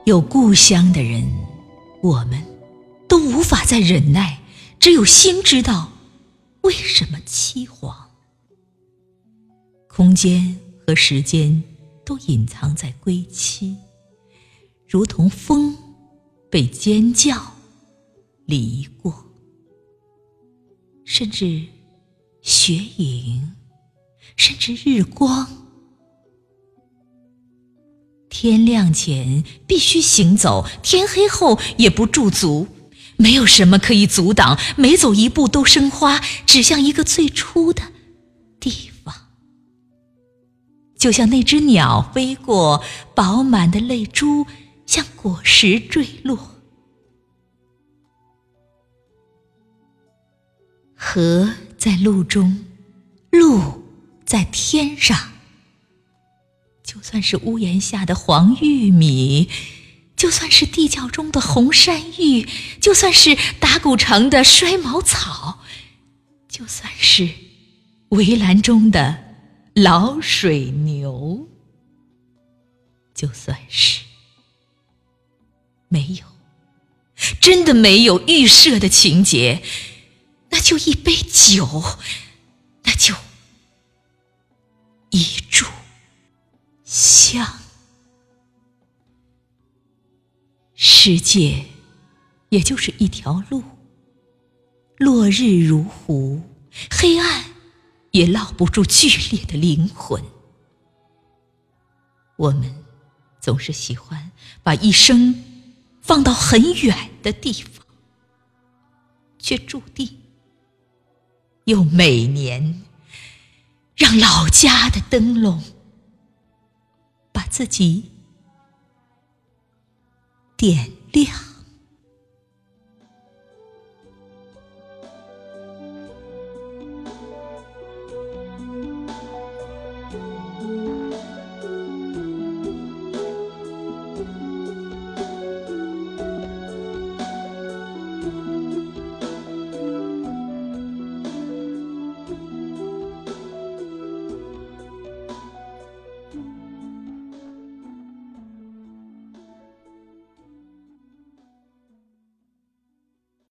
有故乡的人，我们都无法再忍耐，只有心知道为什么凄惶。空间和时间都隐藏在归期，如同风被尖叫离过，甚至雪影，甚至日光。天亮前必须行走，天黑后也不驻足，没有什么可以阻挡，每走一步都生花，指向一个最初的地方。就像那只鸟飞过，饱满的泪珠像果实坠落。河在路中，路在天上。就算是屋檐下的黄玉米，就算是地窖中的红山芋，就算是打谷城的衰毛草，就算是围栏中的老水牛，就算是没有，真的没有预设的情节，那就一杯酒，那就一炷香。世界也就是一条路，落日如湖，黑暗也烙不住剧烈的灵魂。我们总是喜欢把一生放到很远的地方，却注定又每年让老家的灯笼把自己点亮。